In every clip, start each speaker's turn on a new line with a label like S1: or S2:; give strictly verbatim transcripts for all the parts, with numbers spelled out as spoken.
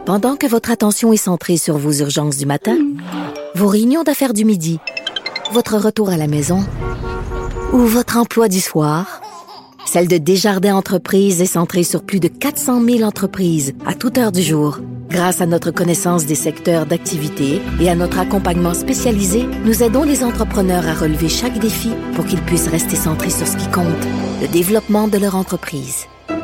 S1: Pendant que votre attention est centrée sur vos urgences du matin, vos réunions d'affaires du midi, votre retour à la maison ou votre emploi du soir, celle de Desjardins Entreprises est centrée sur plus de quatre cent mille entreprises à toute heure du jour. Grâce à notre connaissance des secteurs d'activité et à notre accompagnement spécialisé, nous aidons les entrepreneurs à relever chaque défi pour qu'ils puissent rester centrés sur ce qui compte, le développement de leur entreprise.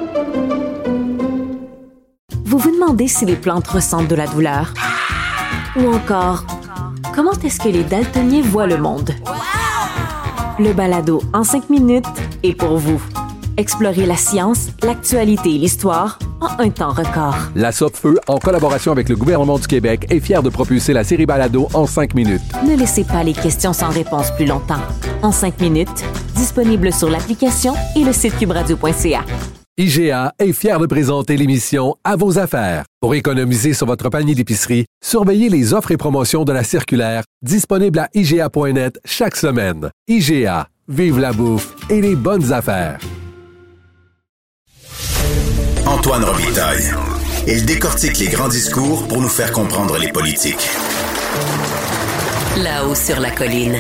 S2: Vous vous demandez si les plantes ressentent de la douleur? Ou encore, comment est-ce que les daltoniens voient le monde? Le balado en cinq minutes est pour vous. Explorez la science, l'actualité et l'histoire en un temps record.
S3: La Sopfeu, en collaboration avec le gouvernement du Québec, est fière de propulser la série Balado en cinq minutes.
S2: Ne laissez pas les questions sans réponse plus longtemps. En cinq minutes, disponible sur l'application et le site cube radio point c a.
S3: I G A est fier de présenter l'émission À vos affaires. Pour économiser sur votre panier d'épicerie, surveillez les offres et promotions de la circulaire disponible à I G A point net chaque semaine. I G A, vive la bouffe et les bonnes affaires.
S4: Antoine Robitaille. Il décortique les grands discours pour nous faire comprendre les politiques.
S5: Là-haut sur la colline.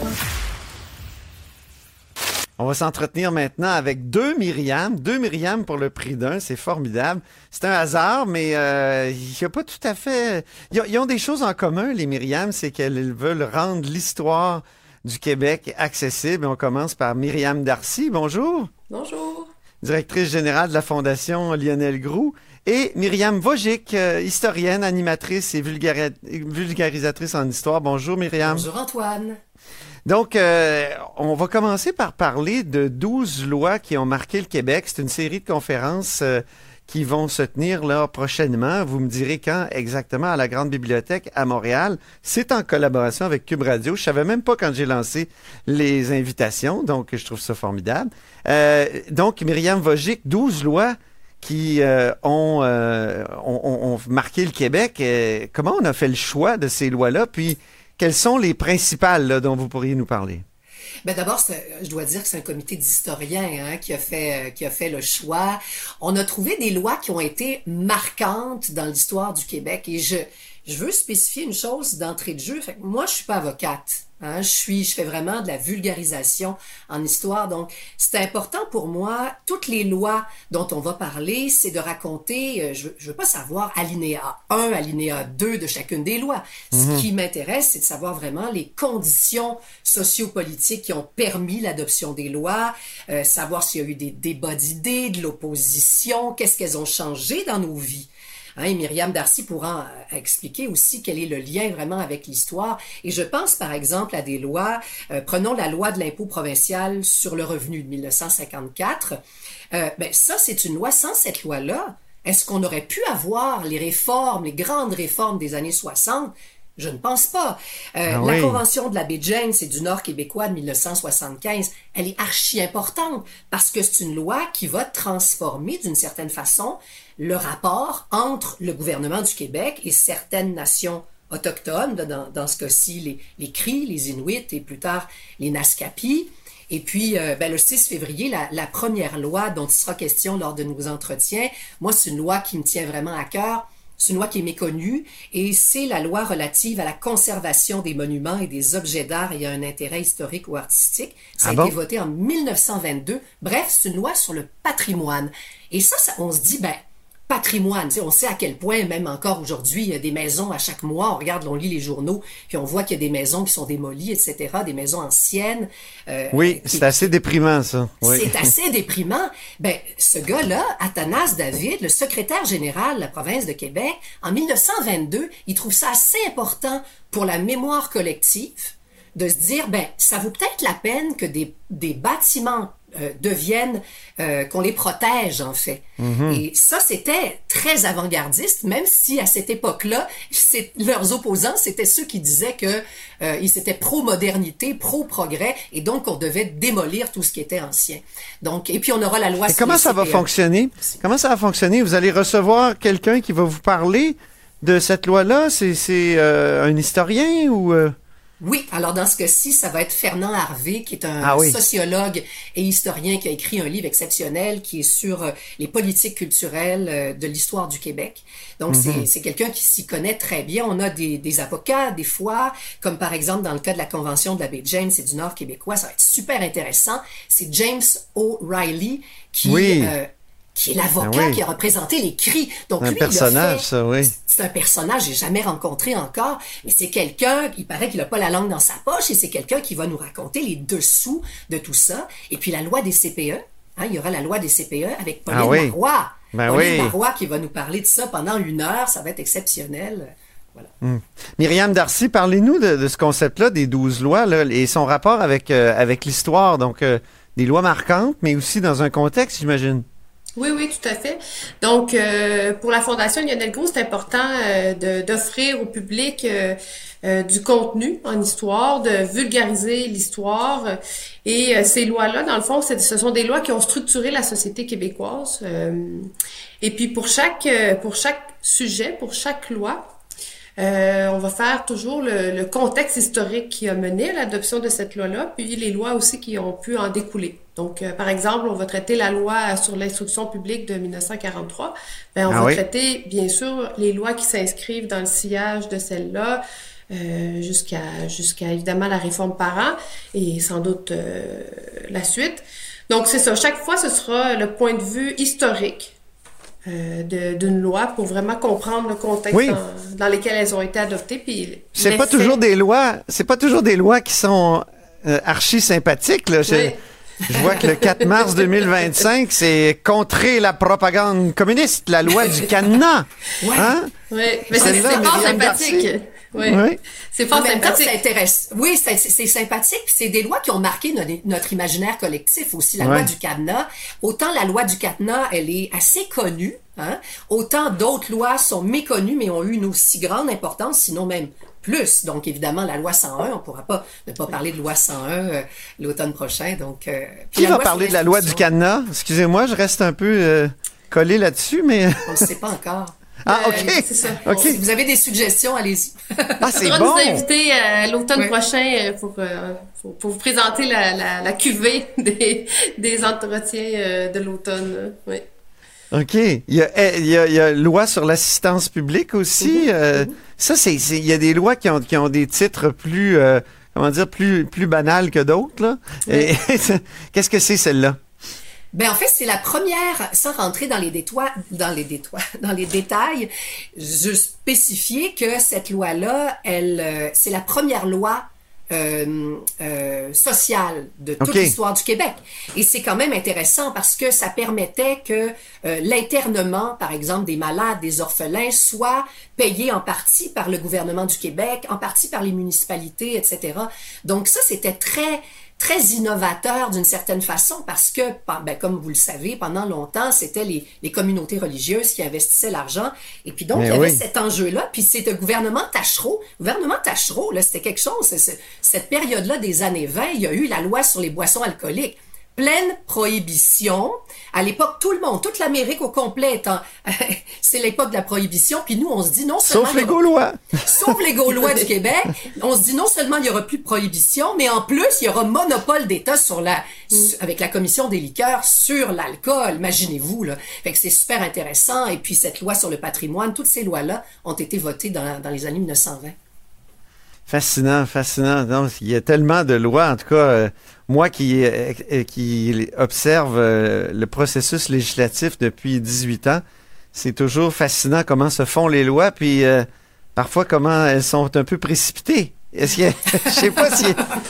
S6: On va s'entretenir maintenant avec deux Myriam. Deux Myriam pour le prix d'un, c'est formidable. C'est un hasard, mais euh, il n'y a pas tout à fait... Ils ont, ils ont des choses en commun, les Myriam, c'est qu'elles veulent rendre l'histoire du Québec accessible. On commence par Myriam Darcy. Bonjour.
S7: Bonjour.
S6: Directrice générale de la Fondation Lionel Groulx, et Myriam Wojcik, euh, historienne, animatrice et vulgari- vulgarisatrice en histoire. Bonjour Myriam.
S7: Bonjour Antoine.
S6: Donc, euh, on va commencer par parler de douze lois qui ont marqué le Québec. C'est une série de conférences euh, qui vont se tenir là prochainement. Vous me direz quand exactement à la Grande Bibliothèque à Montréal. C'est en collaboration avec Cube Radio. Je savais même pas quand j'ai lancé les invitations, donc je trouve ça formidable. Euh, donc, Myriam Wojcik, douze lois qui euh, ont, euh, ont, ont marqué le Québec. Euh, comment on a fait le choix de ces lois-là? Puis, quelles sont les principales là, dont vous pourriez nous parler?
S7: Ben d'abord, je dois dire que c'est un comité d'historiens hein, qui a fait euh, qui a fait le choix. On a trouvé des lois qui ont été marquantes dans l'histoire du Québec. Et je je veux spécifier une chose d'entrée de jeu. Fait que moi, je suis pas avocate. Hein, je suis, je fais vraiment de la vulgarisation en histoire. Donc, c'est important pour moi. Toutes les lois dont on va parler, c'est de raconter. Euh, je, je veux pas savoir alinéa un, alinéa deux de chacune des lois. Mm-hmm. Ce qui m'intéresse, c'est de savoir vraiment les conditions sociopolitiques qui ont permis l'adoption des lois, euh, savoir s'il y a eu des débats d'idées, de l'opposition, qu'est-ce qu'elles ont changé dans nos vies. Hein, et Myriam Darcy pourra expliquer aussi quel est le lien vraiment avec l'histoire. Et je pense par exemple à des lois, euh, prenons la loi de l'impôt provincial sur le revenu de mille neuf cent cinquante-quatre. Euh, ben ça, c'est une loi. Sans cette loi-là, est-ce qu'on aurait pu avoir les réformes, les grandes réformes des années soixante? Je ne pense pas. Euh, ah oui. La Convention de la baie James et du Nord québécois de mille neuf cent soixante-quinze, elle est archi importante parce que c'est une loi qui va transformer d'une certaine façon le rapport entre le gouvernement du Québec et certaines nations autochtones, dans, dans ce cas-ci les, les Cris, les Inuits et plus tard les Naskapi. Et puis, euh, ben, le six février, la, la première loi dont il sera question lors de nos entretiens, moi, c'est une loi qui me tient vraiment à cœur. C'est une loi qui est méconnue et c'est la loi relative à la conservation des monuments et des objets d'art ayant un intérêt historique ou artistique. Ça ah a bon? été voté en mille neuf cent vingt-deux. Bref, c'est une loi sur le patrimoine. Et ça, ça on se dit, ben, patrimoine, tu sais, on sait à quel point, même encore aujourd'hui, il y a des maisons à chaque mois, on regarde, on lit les journaux, puis on voit qu'il y a des maisons qui sont démolies, et cetera, des maisons anciennes. Euh,
S6: oui,
S7: qui,
S6: c'est assez déprimant, ça. Oui.
S7: C'est assez déprimant. Ben, ce gars-là, Athanas David, le secrétaire général de la province de Québec, en mille neuf cent vingt-deux, il trouve ça assez important pour la mémoire collective de se dire, ben, ça vaut peut-être la peine que des, des bâtiments Euh, deviennent, euh, qu'on les protège en fait. Mm-hmm. Et ça, c'était très avant-gardiste, même si à cette époque-là, c'est, leurs opposants, c'était ceux qui disaient que euh, ils étaient pro-modernité, pro-progrès, et donc on devait démolir tout ce qui était ancien. Donc, et puis on aura la loi...
S6: Et comment ça va fonctionner? Comment ça va fonctionner? Vous allez recevoir quelqu'un qui va vous parler de cette loi-là? C'est, c'est euh, un historien ou... Euh...
S7: Oui, alors dans ce cas-ci, ça va être Fernand Harvé, qui est un
S6: ah oui.
S7: sociologue et historien qui a écrit un livre exceptionnel qui est sur euh, les politiques culturelles euh, de l'histoire du Québec. Donc, mm-hmm. c'est, c'est quelqu'un qui s'y connaît très bien. On a des, des avocats, des fois, comme par exemple dans le cas de la Convention de la baie James et du Nord québécois, ça va être super intéressant. C'est James O'Reilly qui...
S6: Oui.
S7: Euh, qui est l'avocat
S6: ah oui.
S7: qui a représenté les cris. Donc,
S6: un
S7: lui,
S6: personnage,
S7: il a fait,
S6: ça, oui.
S7: C'est un personnage que j'ai jamais rencontré encore, mais c'est quelqu'un, il paraît qu'il a pas la langue dans sa poche, et c'est quelqu'un qui va nous raconter les dessous de tout ça. Et puis la loi des C P E, hein, il y aura la loi des C P E avec Pauline
S6: ah oui.
S7: Marois.
S6: Ben
S7: Pauline
S6: oui.
S7: Marois qui va nous parler de ça pendant une heure, ça va être exceptionnel. Voilà.
S6: Hum. Myriam Darcy, parlez-nous de, de ce concept-là, des douze lois, là, et son rapport avec, euh, avec l'histoire. Donc, euh, des lois marquantes, mais aussi dans un contexte, j'imagine.
S5: Oui, oui, tout à fait. Donc, euh, pour la Fondation Lionel Groulx, c'est important euh, de, d'offrir au public euh, euh, du contenu en histoire, de vulgariser l'histoire. Et euh, ces lois-là, dans le fond, c'est, ce sont des lois qui ont structuré la société québécoise. Euh, et puis, pour chaque, pour chaque sujet, pour chaque loi, Euh, on va faire toujours le, le contexte historique qui a mené à l'adoption de cette loi-là, puis les lois aussi qui ont pu en découler. Donc, euh, par exemple, on va traiter la loi sur l'instruction publique de dix-neuf cent quarante-trois. Ben, on ah va oui. traiter, bien sûr, les lois qui s'inscrivent dans le sillage de celle-là, euh, jusqu'à, jusqu'à évidemment la réforme Parent et sans doute euh, la suite. Donc, c'est ça. Chaque fois, ce sera le point de vue historique Euh, de, d'une loi pour vraiment comprendre le contexte oui. dans, dans lequel elles ont été adoptées. Puis
S6: c'est pas toujours des lois, c'est pas toujours des lois qui sont euh, archi sympathiques. Là. Je, oui. je vois que le quatre mars deux mille vingt-cinq, c'est contrer la propagande communiste, la loi du cadenas.
S7: Ouais.
S6: Hein?
S5: Oui, mais c'est, c'est, c'est pas sympathique. Oui. oui. C'est fort sympathique.
S7: Ça intéresse. Oui, c'est, c'est, c'est sympathique. Puis c'est des lois qui ont marqué notre, notre imaginaire collectif aussi. La ouais. loi du cadenas. Autant la loi du cadenas, elle est assez connue, hein. Autant d'autres lois sont méconnues, mais ont eu une aussi grande importance, sinon même plus. Donc, évidemment, la loi cent un, on ne pourra pas ne pas parler de loi cent un euh, l'automne prochain. Donc, euh,
S6: qui va parler de la loi du cadenas? Excusez-moi, je reste un peu euh, collé là-dessus, mais...
S7: On ne sait pas encore.
S6: Ah, OK.
S7: Euh, c'est ça. Okay. Si vous avez des suggestions, allez-y.
S6: Ah, c'est bon.
S5: On pourra nous inviter euh, l'automne oui. prochain pour, euh, pour, pour vous présenter la, la, la cuvée des, des entretiens euh, de l'automne. Oui.
S6: OK. Il y a, il y a, il y a loi sur l'assistance publique aussi. Mm-hmm. Euh, mm-hmm. Ça, c'est, c'est, il y a des lois qui ont, qui ont des titres plus, euh, comment dire, plus, plus banals que d'autres, là. Oui. Et, qu'est-ce que c'est, celle-là?
S7: Ben en fait, c'est la première, sans rentrer dans les détois, dans les détois, dans les détails, je spécifier que cette loi-là, elle, euh, c'est la première loi euh, euh, sociale de toute okay. l'histoire du Québec. Et c'est quand même intéressant parce que ça permettait que euh, l'internement, par exemple, des malades, des orphelins, soit payé en partie par le gouvernement du Québec, en partie par les municipalités, et cetera. Donc ça, c'était très très innovateur d'une certaine façon parce que, ben, comme vous le savez, pendant longtemps, c'était les, les communautés religieuses qui investissaient l'argent. Et puis donc, mais il y avait oui. cet enjeu-là. Puis c'est le gouvernement Taschereau. Le gouvernement Taschereau, là, c'était quelque chose. C'est, c'est, cette période-là des années vingt, il y a eu la loi sur les boissons alcooliques. Pleine prohibition. À l'époque, tout le monde, toute l'Amérique au complet étant, c'est l'époque de la prohibition. Puis nous, on se dit non seulement...
S6: Sauf les Gaulois.
S7: Sauf les Gaulois du Québec. On se dit non seulement il y aura plus de prohibition, mais en plus, il y aura monopole d'État sur la, mm. avec la commission des liqueurs sur l'alcool. Imaginez-vous, là. Fait que c'est super intéressant. Et puis cette loi sur le patrimoine, toutes ces lois-là ont été votées dans, dans les années dix-neuf cent vingt.
S6: Fascinant, fascinant. Non, il y a tellement de lois, en tout cas, euh, moi qui, euh, qui observe euh, le processus législatif depuis dix-huit ans, c'est toujours fascinant comment se font les lois, puis euh, parfois comment elles sont un peu précipitées. Est-ce que, je sais pas si...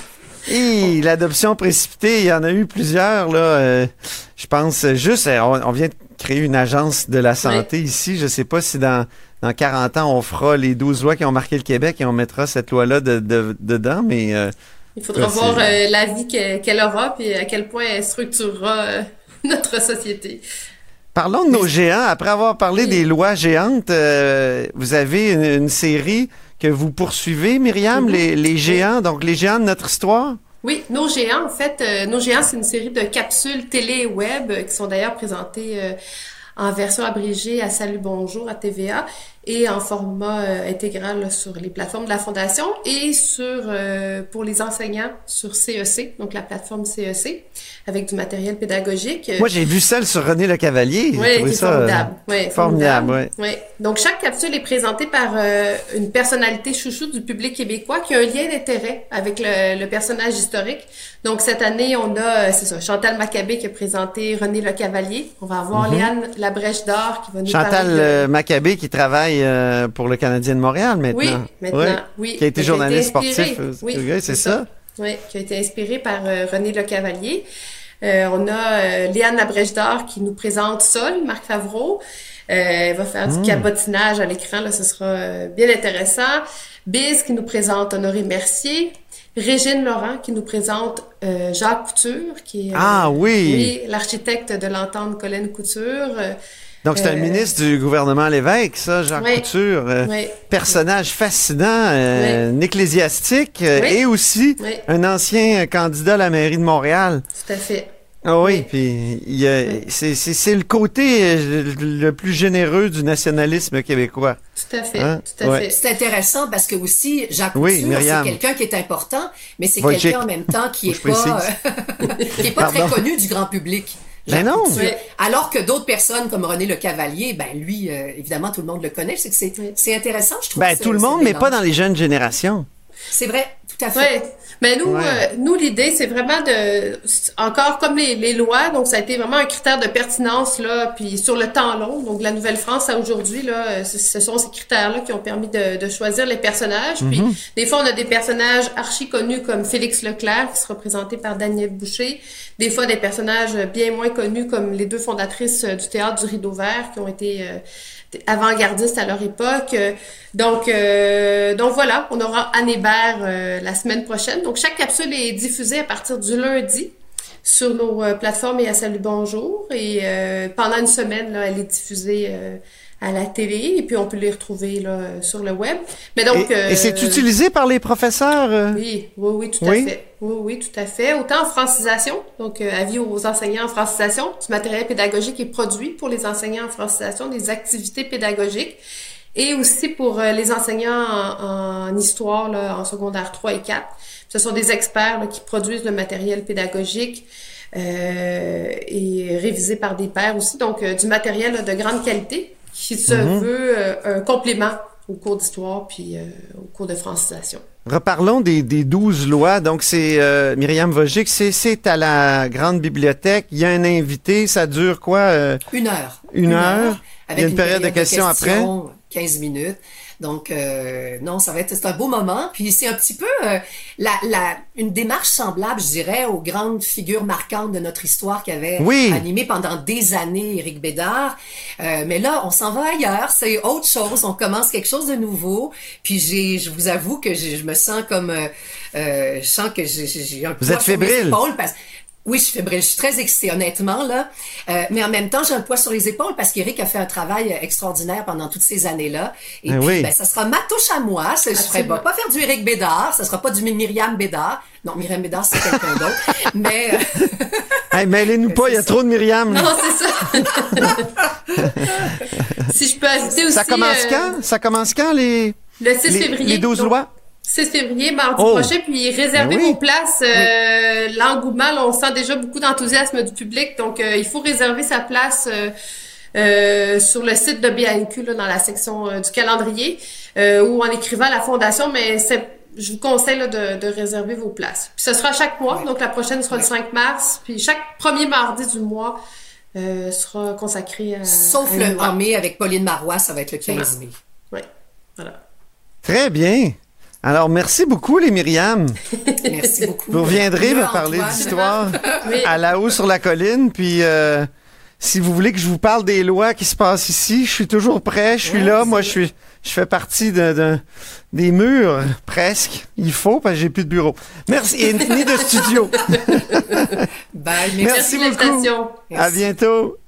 S6: Et l'adoption précipitée, il y en a eu plusieurs, là. Euh, je pense juste, on, on vient de créer une agence de la santé oui. ici. Je sais pas si dans... Dans quarante ans, on fera les douze lois qui ont marqué le Québec et on mettra cette loi-là de, de, dedans, mais... Euh,
S5: il faudra là, voir euh, la vie que, qu'elle aura et à quel point elle structurera euh, notre société.
S6: Parlons de nos géants. Après avoir parlé oui. des lois géantes, euh, vous avez une, une série que vous poursuivez, Myriam, mm-hmm. les, les géants, donc les géants de notre histoire?
S5: Oui, Nos géants, en fait, euh, Nos géants, c'est une série de capsules télé et web euh, qui sont d'ailleurs présentées... Euh, en version abrégée à Salut Bonjour à T V A. et en format euh, intégral là, sur les plateformes de la Fondation et sur euh, pour les enseignants sur C E C, donc la plateforme C E C, avec du matériel pédagogique.
S6: Moi, j'ai vu celle sur René Lecavalier.
S5: Oui, qui est
S6: ça,
S5: formidable.
S6: Euh,
S5: ouais,
S6: formidable,
S5: formidable.
S6: oui.
S5: Ouais. Donc, chaque capsule est présentée par euh, une personnalité chouchou du public québécois qui a un lien d'intérêt avec le, le personnage historique. Donc, cette année, on a, c'est ça, Chantal Maccabé qui a présenté René Lecavalier. On va avoir mm-hmm. Léane Labrèche d'Or qui va nous
S6: Chantal
S5: parler de...
S6: euh, Maccabé qui travaille euh, pour le Canadien de Montréal maintenant.
S5: Oui, maintenant,
S6: oui.
S5: oui.
S6: Qui a été journaliste
S5: a été
S6: sportif.
S5: Oui,
S6: c'est, c'est ça. ça.
S5: Oui, qui a été inspiré par euh, René Lecavalier. Euh, on a euh, Léane Labrèche d'Or qui nous présente Sol, Marc Favreau. Euh, elle va faire mmh. du cabotinage à l'écran, là, ce sera euh, bien intéressant. Biz qui nous présente Honoré Mercier. Régine Laurent qui nous présente euh, Jacques Couture, qui est euh,
S6: ah, oui.
S5: oui, l'architecte de l'entente Colin Couture.
S6: Donc, c'est euh, un ministre du gouvernement Lévesque, ça, Jacques
S5: oui,
S6: Couture. Euh,
S5: oui,
S6: personnage oui. fascinant, euh, oui. un ecclésiastique euh,
S5: oui,
S6: et aussi
S5: oui.
S6: un ancien candidat à la mairie de Montréal.
S5: Tout à fait.
S6: Ah oui, oui. puis il y a, oui. c'est, c'est, c'est le côté le plus généreux du nationalisme québécois.
S5: Tout à fait,
S6: hein?
S5: tout à
S6: ouais.
S5: fait.
S7: C'est intéressant parce que aussi, Jacques Couture,
S6: oui,
S7: c'est quelqu'un qui est important, mais c'est
S6: Wojcik.
S7: quelqu'un en même temps qui est pas, euh, qui est pas très connu du grand public.
S6: Ben non.
S7: Oui. Alors que d'autres personnes comme René Lecavalier, ben lui, euh, évidemment, tout le monde le connaît. C'est que c'est, oui. c'est intéressant, je trouve.
S6: Ben
S7: ce,
S6: tout le monde, mais pas dans les jeunes générations.
S7: C'est vrai, tout à fait.
S5: Ouais. Mais nous,
S6: ouais.
S5: euh, nous l'idée, c'est vraiment de, encore comme les, les lois, donc ça a été vraiment un critère de pertinence là, puis sur le temps long. Donc la Nouvelle-France à aujourd'hui là, ce, ce sont ces critères-là qui ont permis de, de choisir les personnages. Mm-hmm. Puis des fois, on a des personnages archi connus comme Félix Leclerc, qui sera représenté par Danielle Boucher. Des fois, des personnages bien moins connus comme les deux fondatrices du théâtre du Rideau Vert, qui ont été euh, avant-gardistes à leur époque. Donc, euh, donc voilà, on aura Anne Hébert euh, la semaine prochaine. Donc, chaque capsule est diffusée à partir du lundi sur nos euh, plateformes et à Salut Bonjour. Et euh, pendant une semaine, là, elle est diffusée euh, à la télé et puis on peut les retrouver là, sur le web. Mais donc,
S6: et,
S5: euh,
S6: et c'est utilisé par les professeurs? Euh...
S5: Oui, oui, oui, tout
S6: oui?
S5: à fait. Oui, oui, tout à fait. Autant en francisation, donc euh, avis aux enseignants en francisation, du matériel pédagogique est produit pour les enseignants en francisation, des activités pédagogiques, et aussi pour euh, les enseignants en, en histoire, là, en secondaire trois et quatre. Ce sont des experts là, qui produisent le matériel pédagogique euh, et révisé par des pairs aussi, donc euh, du matériel là, de grande qualité qui se mm-hmm. veut euh, un complément au cours d'histoire puis euh, au cours de francisation.
S6: Reparlons des, des douze lois. Donc, c'est euh, Myriam Wojcik, c'est, c'est à la grande bibliothèque. Il y a un invité. Ça dure quoi? Euh,
S7: une heure.
S6: Une, une heure. heure.
S7: Avec
S6: Il y a une,
S7: une
S6: période, période de questions, de questions
S7: après. quinze minutes. Donc, euh, non, ça va être c'est un beau moment. Puis c'est un petit peu euh, la, la, une démarche semblable, je dirais, aux grandes figures marquantes de notre histoire qui avaient
S6: oui.
S7: animé pendant des années Éric Bédard. Euh, mais là, on s'en va ailleurs. C'est autre chose. On commence quelque chose de nouveau. Puis j'ai, je vous avoue que j'ai, je me sens comme, euh, euh, je sens que j'ai, j'ai un
S6: Vous êtes fébrile.
S7: Parce Oui, je suis fébrile. Je suis très excitée, honnêtement, là. Euh, mais en même temps, j'ai un poids sur les épaules parce qu'Éric a fait un travail extraordinaire pendant toutes ces années-là. Et
S6: eh
S7: puis,
S6: oui.
S7: ben, ça sera ma touche à moi. Je ne ferai pas, pas faire du Éric Bédard. Ça sera pas du Myriam Bédard. Non, Myriam Bédard, c'est quelqu'un d'autre. Mais...
S6: hey, mêlez-nous pas, il y a trop de Myriam.
S5: Non, c'est ça. Si je peux ajouter aussi...
S6: Ça commence
S5: euh,
S6: quand? Ça commence quand, les...
S5: Le six
S6: les,
S5: février.
S6: Les douze
S5: donc,
S6: lois?
S5: six février, mardi
S6: oh.
S5: prochain, puis réservez
S6: oui.
S5: vos places. Euh,
S6: oui.
S5: L'engouement, là, on sent déjà beaucoup d'enthousiasme du public, donc euh, il faut réserver sa place euh, euh, sur le site de B A N Q, là, dans la section euh, du calendrier, euh, ou en écrivant à la Fondation, mais c'est, je vous conseille là, de, de réserver vos places. Puis ce sera chaque mois, oui. donc la prochaine sera oui. le cinq mars, puis chaque premier mardi du mois euh, sera consacré à...
S7: Sauf
S5: à
S7: le en mai avec Pauline Marois, ça va être le quinze mai.
S5: Oui, voilà.
S6: Très bien. Alors, merci beaucoup, les Myriam.
S7: Merci beaucoup.
S6: Vous reviendrez me parler d'histoire oui. à la haut sur la colline. Puis, euh, si vous voulez que je vous parle des lois qui se passent ici, je suis toujours prêt. Je suis ouais, là. Moi, je suis, je fais partie de, de, des murs, presque. Il faut, parce que j'ai plus de bureau. Merci. Et ni de studio.
S7: Bye.
S6: Merci, merci beaucoup.
S5: Merci.
S6: À bientôt.